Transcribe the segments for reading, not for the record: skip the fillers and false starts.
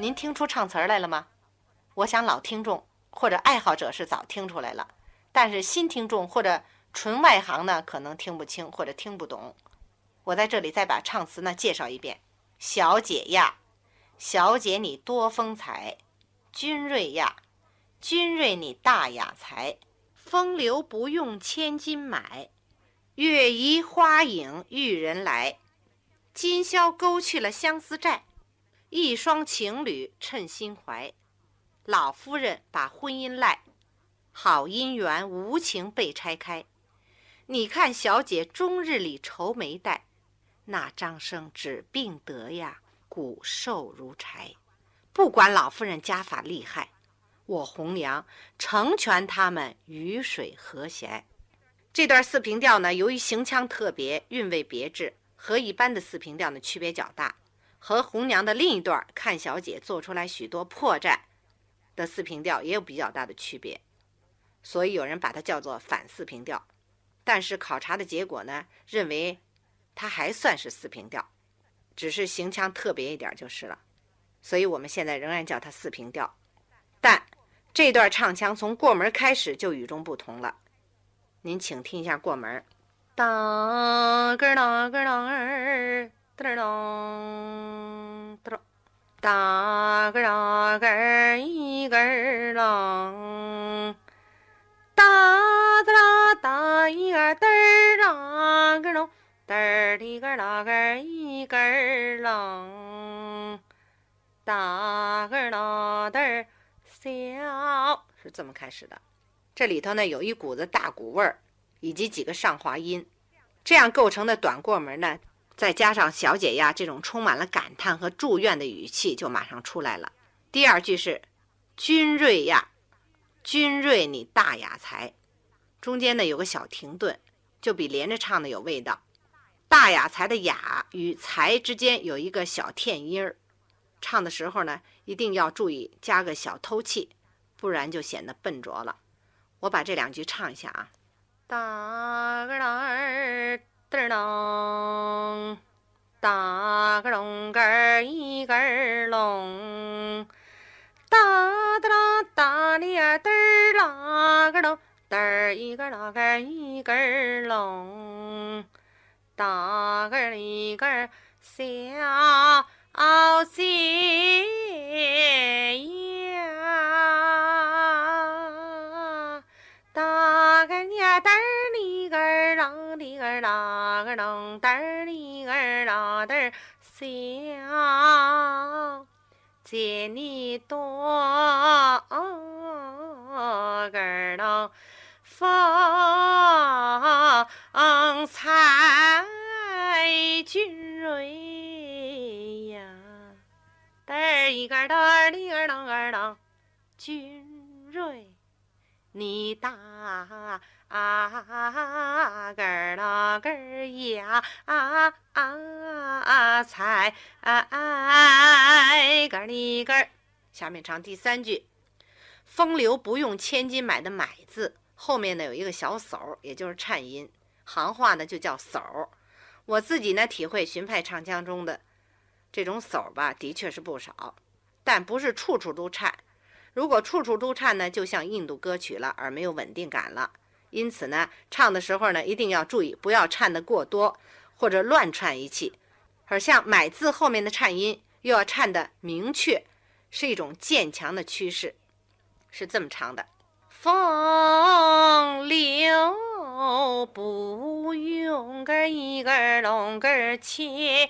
您听出唱词儿来了吗？我想老听众或者爱好者是早听出来了，但是新听众或者纯外行呢，可能听不清或者听不懂。我在这里再把唱词呢介绍一遍：小姐呀，小姐你多风采；君瑞呀，君瑞你大雅才。风流不用千金买，月移花影遇人来。今宵勾去了相思债，一双情侣趁心怀。老夫人把婚姻赖，好姻缘无情被拆开。你看小姐终日里愁眉黛，那张生只病得呀，骨瘦如柴。不管老夫人家法厉害，我红娘成全他们鱼水和谐。这段四平调呢，由于行腔特别，韵味别致，和一般的四平调呢区别较大，和红娘的另一段看小姐做出来许多破绽的四平调也有比较大的区别，所以有人把它叫做反四平调。但是考察的结果呢，认为它还算是四平调，只是行腔特别一点就是了。所以我们现在仍然叫它四平调。但这段唱腔从过门开始就与众不同了。您请听一下过门：当个当个当儿，当当当。大个大个一个郎，大哒大一个嘚儿啷个隆，嘚儿的个那个一个郎，大个大嘚儿小，是这么开始的。这里头呢有一股子大鼓味儿，以及几个上滑音，这样构成的短过门呢，再加上小姐呀这种充满了感叹和祝愿的语气就马上出来了。第二句是君瑞呀，君瑞你大雅才，中间呢有个小停顿，就比连着唱的有味道。大雅才的雅与才之间有一个小添音儿，唱的时候呢一定要注意加个小偷气，不然就显得笨拙了。我把这两句唱一下啊。大个大儿嘚啷，大个隆个一个隆，大哒啦大哩呀嘚儿啦个隆，嘚儿一个啦个一个隆，大个一个小姐呀，大个呀嘚儿哩个啷哩个啦个啷，嘚儿哩个啦嘚儿小姐你多个啷风采君瑞呀，嘚儿一个嘚儿哩个啷个啷，君瑞你大个啦个呀才个哩个。下面唱第三句，风流不用千金买的买字后面呢有一个小手，也就是颤音，行话呢就叫手。我自己呢体会荀派唱腔中的这种手吧，的确是不少，但不是处处都颤。如果处处都颤呢，就像印度歌曲了，而没有稳定感了。因此呢，唱的时候呢，一定要注意，不要颤得过多，或者乱颤一气。而像买字后面的颤音，又要颤得明确，是一种渐强的趋势。是这么唱的：风流不用个一个龙个千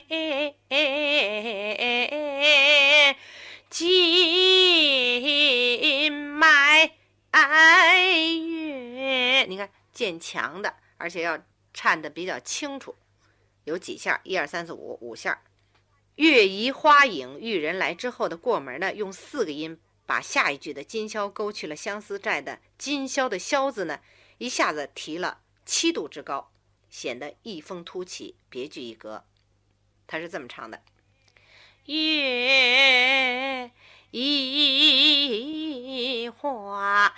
金买月，你看渐强的，而且要颤得比较清楚，有几下，1、2、3、4、5下。月移花影遇人来之后的过门呢，用4个音把下一句的今宵勾去了相思债的今宵的宵字呢，一下子提了7度之高，显得异风突起，别具一格。他是这么唱的：月移花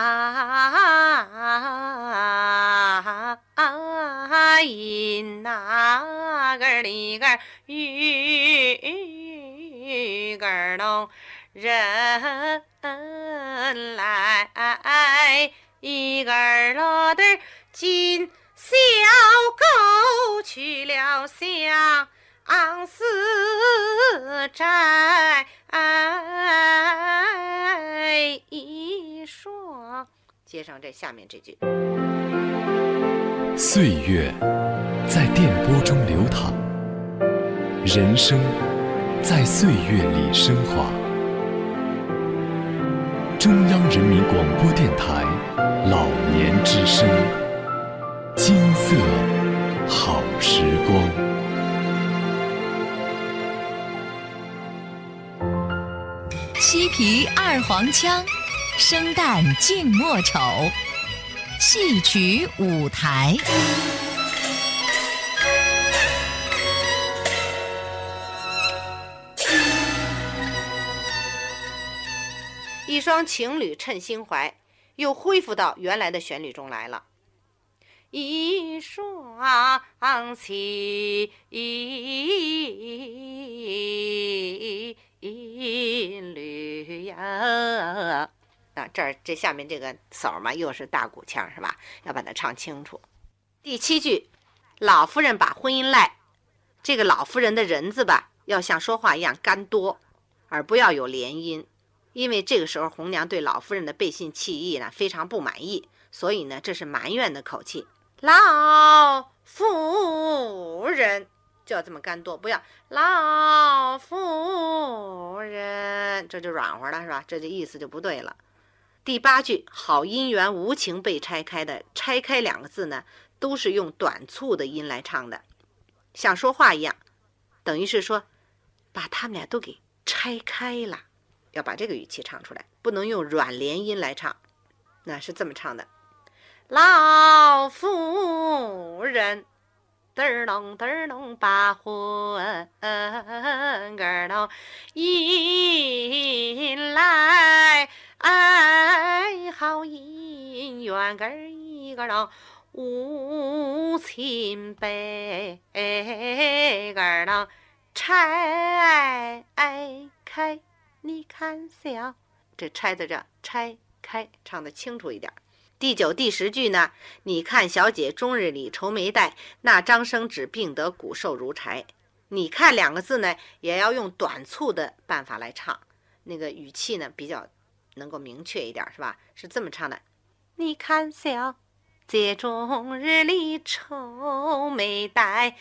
影那个里个玉个个咚，人来一个老的金小狗去了相思寨一说，接上这下面这句。 岁月在电波中流淌，人生在岁月里升华。中央人民广播电台老年之声，金色好时光。 西皮二黄腔，生旦净末丑，戏曲舞台。 一双情侣趁心怀，又恢复到原来的旋律中来了。一双情侣呀，这儿这下面这个手嘛，又是大鼓腔，是吧？要把它唱清楚。第7句，老夫人把婚姻赖，这个老夫人的人字吧，要像说话一样干多，而不要有连音。因为这个时候红娘对老夫人的背信弃义呢非常不满意，所以呢这是埋怨的口气。老夫人就要这么干多，不要老夫人，这就软和了，是吧？这就意思就不对了。第8句，好姻缘无情被拆开的，拆开2个字呢都是用短促的音来唱的，像说话一样，等于是说把他们俩都给拆开了，要把这个语气唱出来，不能用软连音来唱。那是这么唱的：老夫人嘚儿隆嘚儿隆把婚儿隆引来，好姻缘儿一个隆无情被儿隆拆开。你看小，这拆在这，拆开唱得清楚一点。第9、第10句呢，你看小姐终日里愁眉黛，那张生只病得骨瘦如柴。你看2个字呢，也要用短促的办法来唱，那个语气呢比较能够明确一点，是吧？是这么唱的：你看小姐终日里愁眉黛，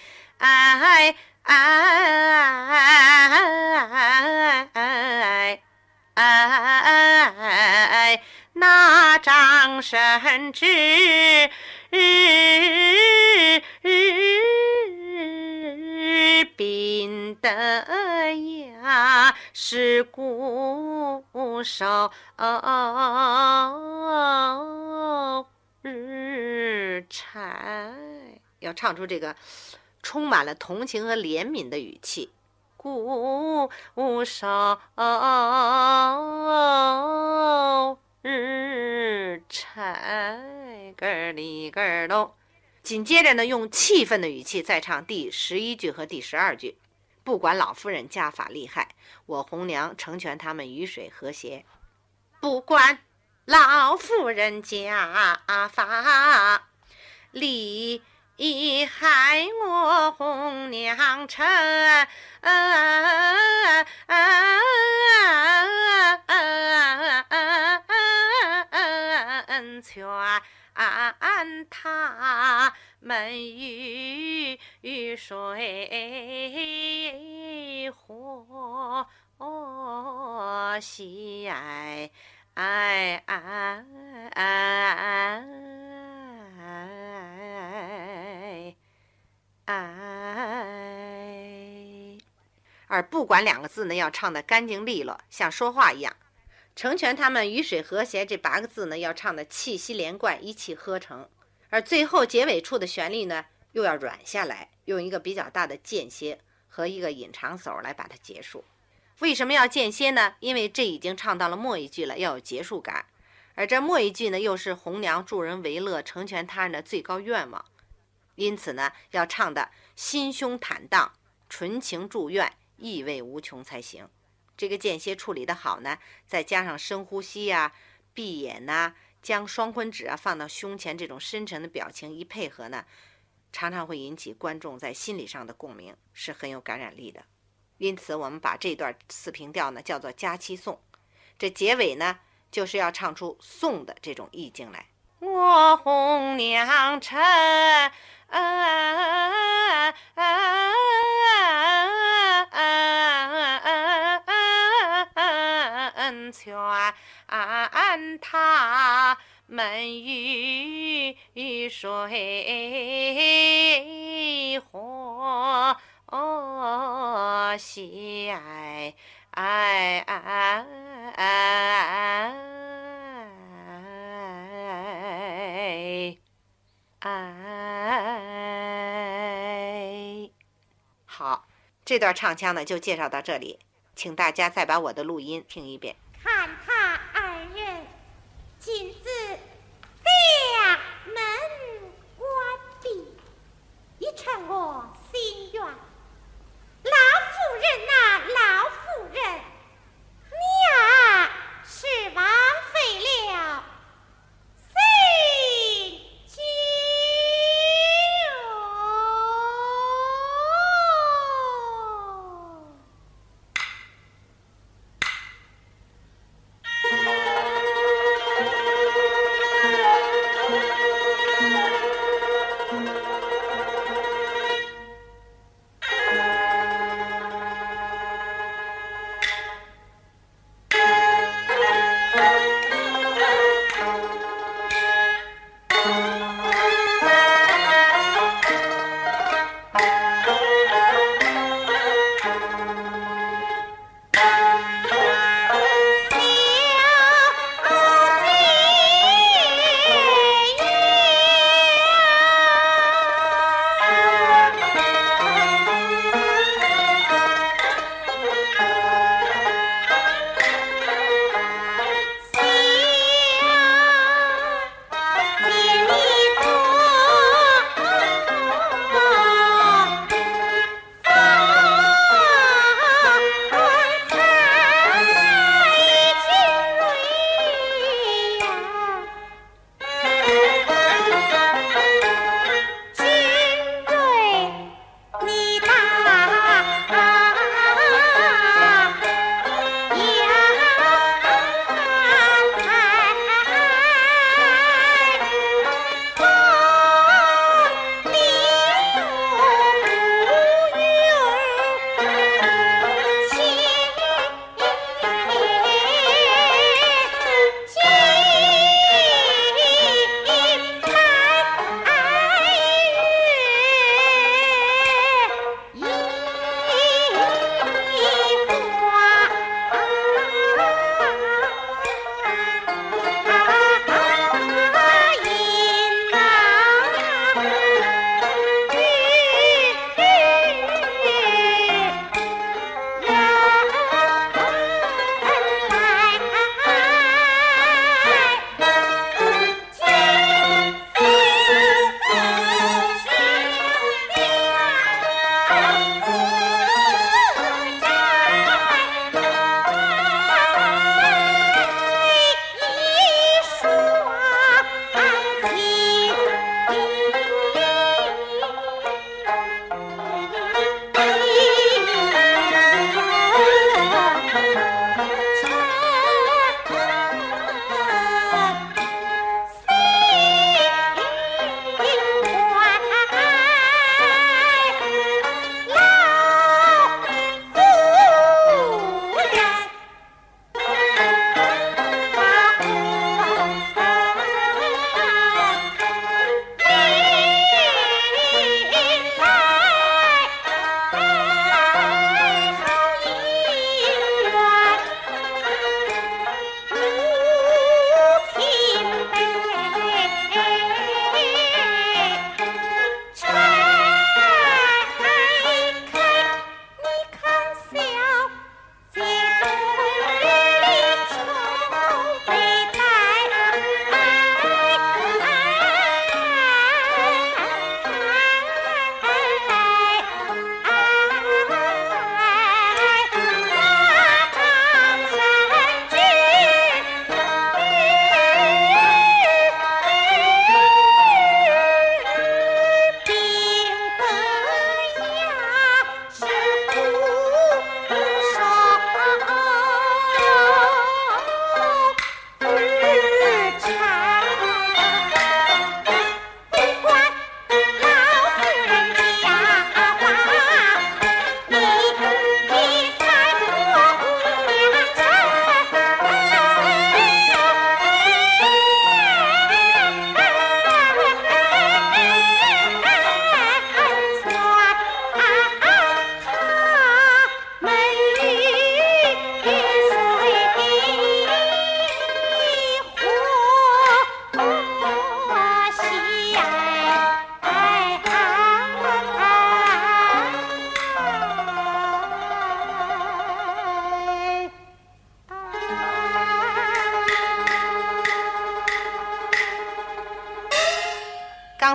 那张生只病得呀是骨瘦日柴，要唱出这个充满了同情和怜悯的语气。骨瘦日柴个里个咚。紧接着呢，用气愤的语气再唱第11句和第12句。不管老夫人家法厉害，我红娘成全他们鱼水和谐。不管老夫人家法厉害，我红娘成全他们鱼水和谐。而不管2个字呢，要唱得干净利落，像说话一样。成全他们鱼水和谐这8个字呢，要唱的气息连贯，一气呵成。而最后结尾处的旋律呢，又要软下来，用一个比较大的间歇和一个引长手来把它结束。为什么要间歇呢？因为这已经唱到了末一句了，要有结束感。而这末一句呢，又是红娘助人为乐、成全他人的最高愿望，因此呢，要唱的心胸坦荡、纯情祝愿、意味无穷才行。 这个间歇处理的好呢，再加上深呼吸呀、闭眼呐、将双昆指放到胸前这种深沉的表情一配合呢，常常会引起观众在心理上的共鸣，是很有感染力的。因此我们把这段四平调呢叫做佳期颂，这结尾呢就是要唱出颂的这种意境来。我红娘尘劝他们与水火喜好，这段唱腔呢就介绍到这里，请大家再把我的录音听一遍。 看他二人亲自两门关闭，已成我心愿。老夫人呐，老夫人，你啊是枉费了心酒。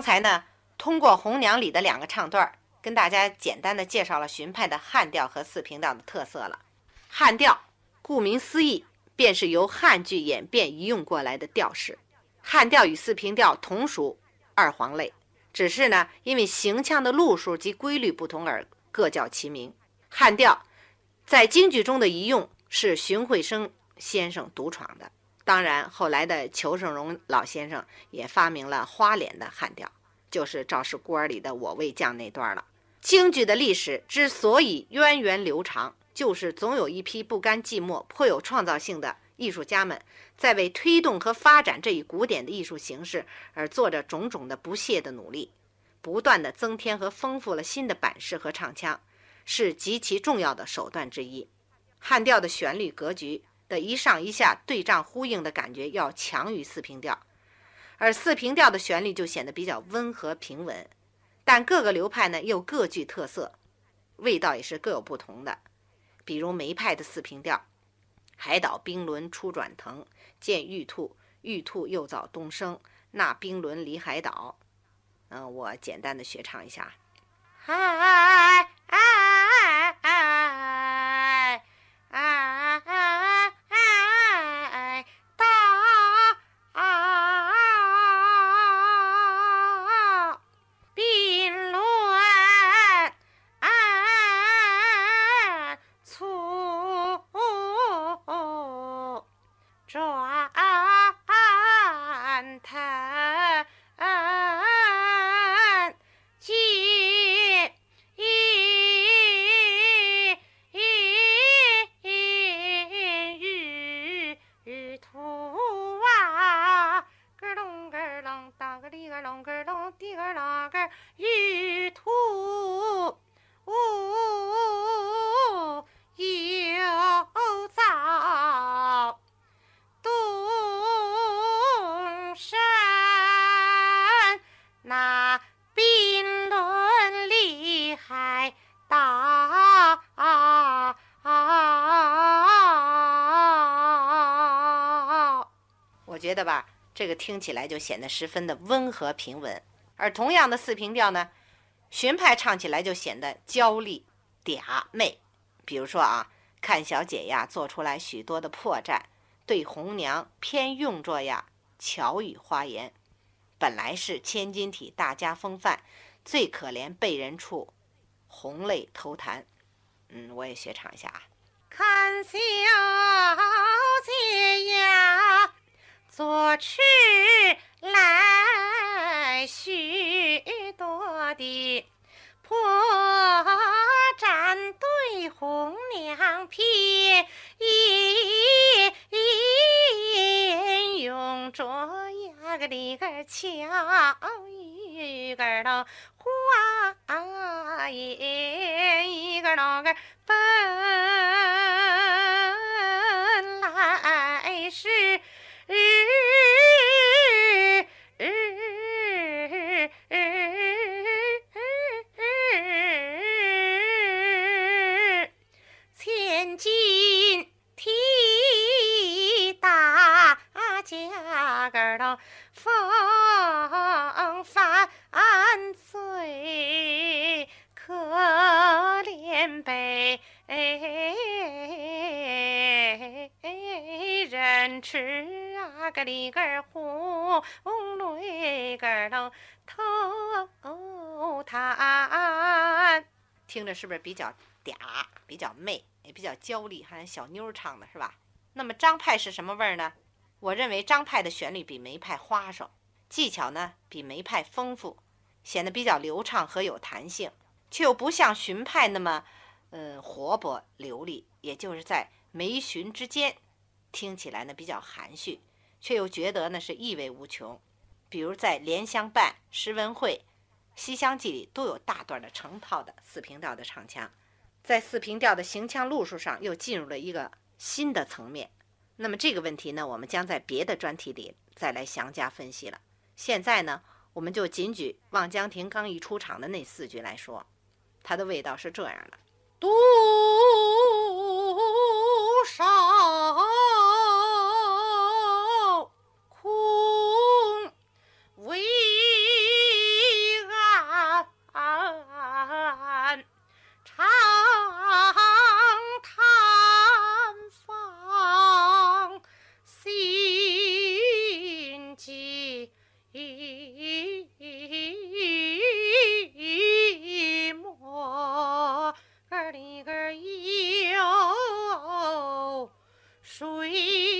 才呢，通过《红娘》里的2个唱段，跟大家简单的介绍了荀派的汉调和四平调的特色了。汉调顾名思义，便是由汉剧演变移用过来的调式。汉调与四平调同属二黄类，只是呢，因为行腔的路数及规律不同而各叫其名。汉调在京剧中的移用是荀慧生先生独创的，当然后来的裘盛戎老先生也发明了花脸的汉调，就是《赵氏孤儿》里的我为将那段了。京剧的历史之所以源远流长，就是总有一批不甘寂寞、颇有创造性的艺术家们，在为推动和发展这一古典的艺术形式而做着种种的不懈的努力，不断的增添和丰富了新的版式和唱腔，是极其重要的手段之一。汉调的旋律格局的一上一下对仗呼应的感觉要强于四平调，而四平调的旋律就显得比较温和平稳，但各个流派呢又各具特色，味道也是各有不同的。比如梅派的四平调，海岛冰轮初转腾，见玉兔，玉兔又早东升，那冰轮离海岛。我简单的学唱一下。哎哎哎哎哎哎大冰轮粗转腾金玉兔啊，咯隆咯隆，当个哩个隆个隆，滴个啷个玉兔，又早东升，那冰轮离海岛。我觉得吧，这个听起来就显得十分的温和平稳。而同样的四平调呢，荀派唱起来就显得娇丽嗲媚。比如说啊，看小姐呀做出来许多的破绽，对红娘偏用作呀巧语花言，本来是千金体大家风范，最可怜被人处，红泪偷弹。我也学唱一下啊。看小姐呀做出来许多的破绽，对红娘偏用着呀个里个巧语个喽花言一个喽个本来是千金体大家个喽风范最可怜被人吃啊个里个红泪个喽偷弹。听着是不是比较嗲，比较媚，也比较娇丽，好像小妞唱的是吧？那么张派是什么味儿呢？我认为张派的旋律比梅派花哨，技巧呢比梅派丰富，显得比较流畅和有弹性，却又不像荀派那么活泼流利，也就是在梅荀之间，听起来呢比较含蓄，却又觉得呢是意味无穷。比如在《莲香伴》《石文会》《西厢记》里都有大段的成套的四平调的唱腔，在四平调的行腔路数上又进入了一个新的层面。那么这个问题呢，我们将在别的专题里再来详加分析了。现在呢，我们就仅举望江亭刚一出场的那4句来说，它的味道是这样的：独少空为水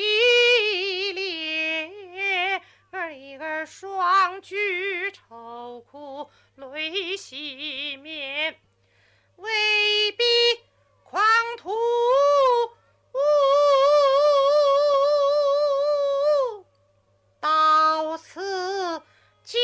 裂，儿双举愁苦泪洗面，未必狂徒到此结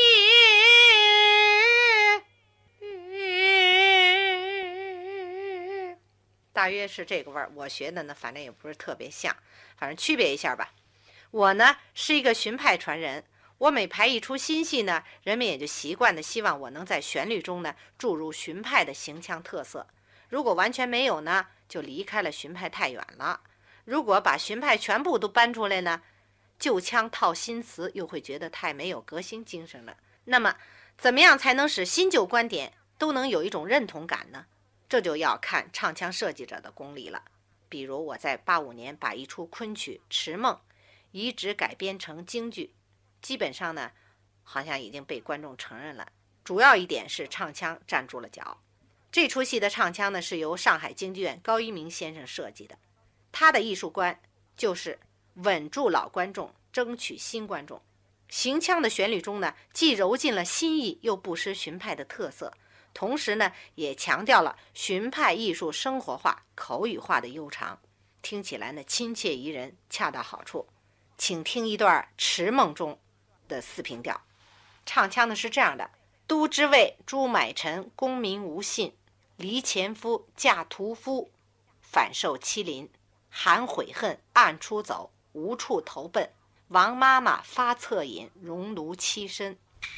大约是这个味儿。我学的呢，反正也不是特别像，反正区别一下吧。我呢是一个荀派传人，我每排一出新戏呢，人们也就习惯的希望我能在旋律中呢注入荀派的形腔特色。如果完全没有呢，就离开了荀派太远了。如果把荀派全部都搬出来呢，旧腔套新词又会觉得太没有革新精神了。那么怎么样才能使新旧观点都能有一种认同感呢？这就要看唱腔设计者的功力了。比如我在85年把一出昆曲《迟梦》移植改编成京剧，基本上呢好像已经被观众承认了。主要一点是唱腔站住了脚。这出戏的唱腔呢是由上海京剧院高一鸣先生设计的，他的艺术观就是稳住老观众，争取新观众。行腔的旋律中呢，既揉进了新意，又不失荀派的特色，同时呢，也强调了荀派艺术生活化、口语化的悠长，听起来呢亲切宜人，恰到好处。请听一段《迟梦》中的四平调，唱腔呢是这样的：都知尉朱买臣，公民无信，离前夫，嫁屠夫，反受欺凌，含悔恨，暗出走，无处投奔。王妈妈发恻隐，熔炉栖身。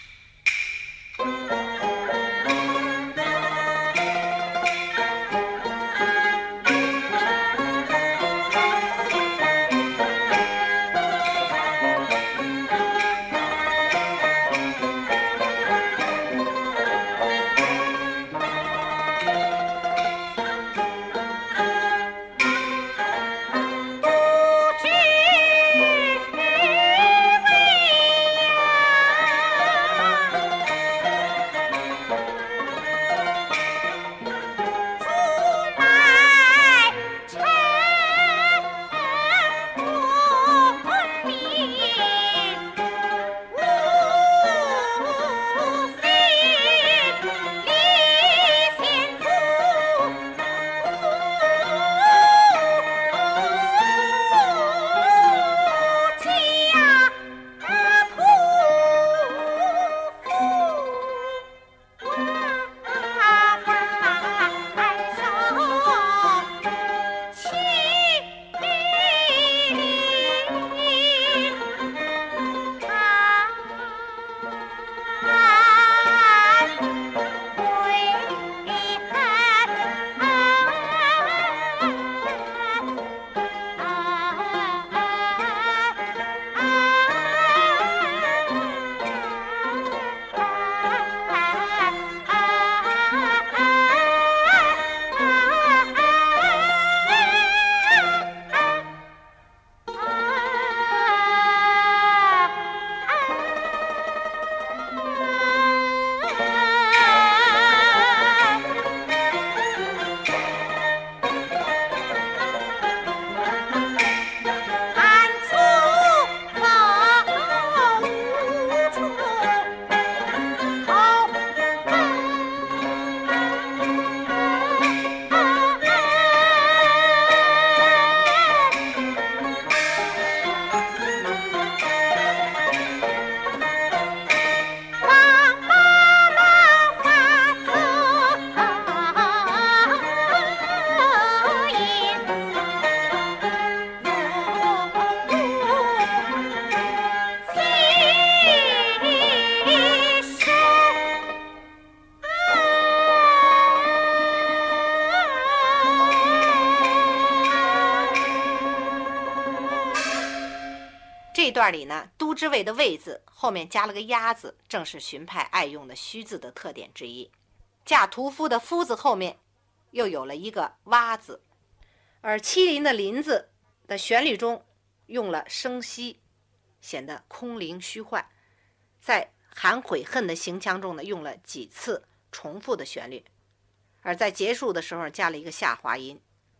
这段里呢，都知尉的尉字后面加了个鸭字，正是荀派爱用的虚字的特点之一。嫁屠夫的夫字后面又有了一个蛙字，而欺凌的林字的旋律中用了声息，显得空灵虚幻。在含悔恨的行腔中呢，用了几次重复的旋律，而在结束的时候加了一个下滑音，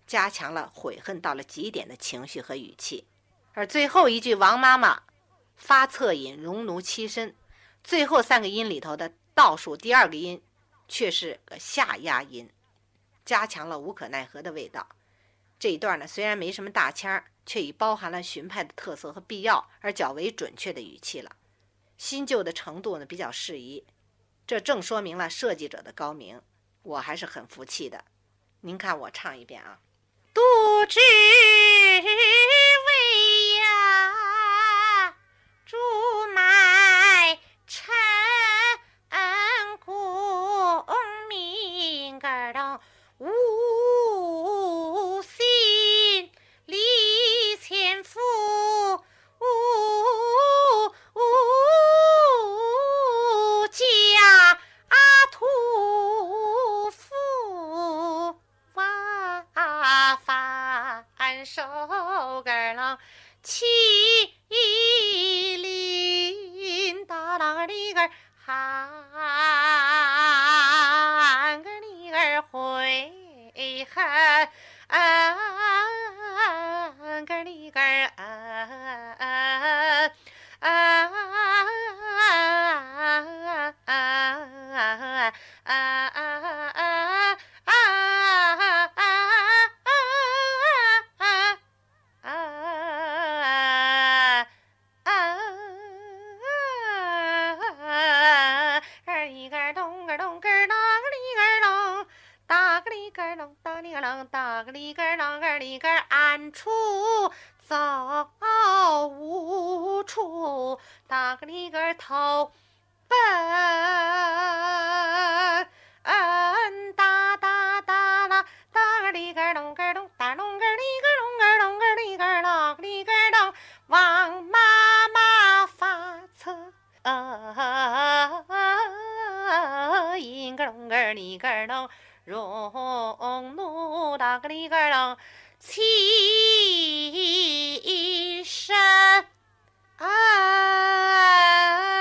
加强了悔恨到了极点的情绪和语气。而最后一句王妈妈发恻隐戎奴欺身，最后3个音里头的倒数第2个音却是个下压音，加强了无可奈何的味道。这一段呢，虽然没什么大腔，却已包含了荀派的特色和必要而较为准确的语气了。新旧的程度呢比较适宜，这正说明了设计者的高明，我还是很服气的。您看我唱一遍啊。 独知为呀，竹埋陈功名儿等无心离前夫，家徒夫反手个郎麒麟大郎里个喊个里个悔恨个里个暗处走无处，大个里个头奔哒哒哒啦，大个里个隆个隆大隆个里个隆个隆个里个啦个里个隆，王妈妈发恻隐个隆个里个隆，戎奴大个里个隆欺身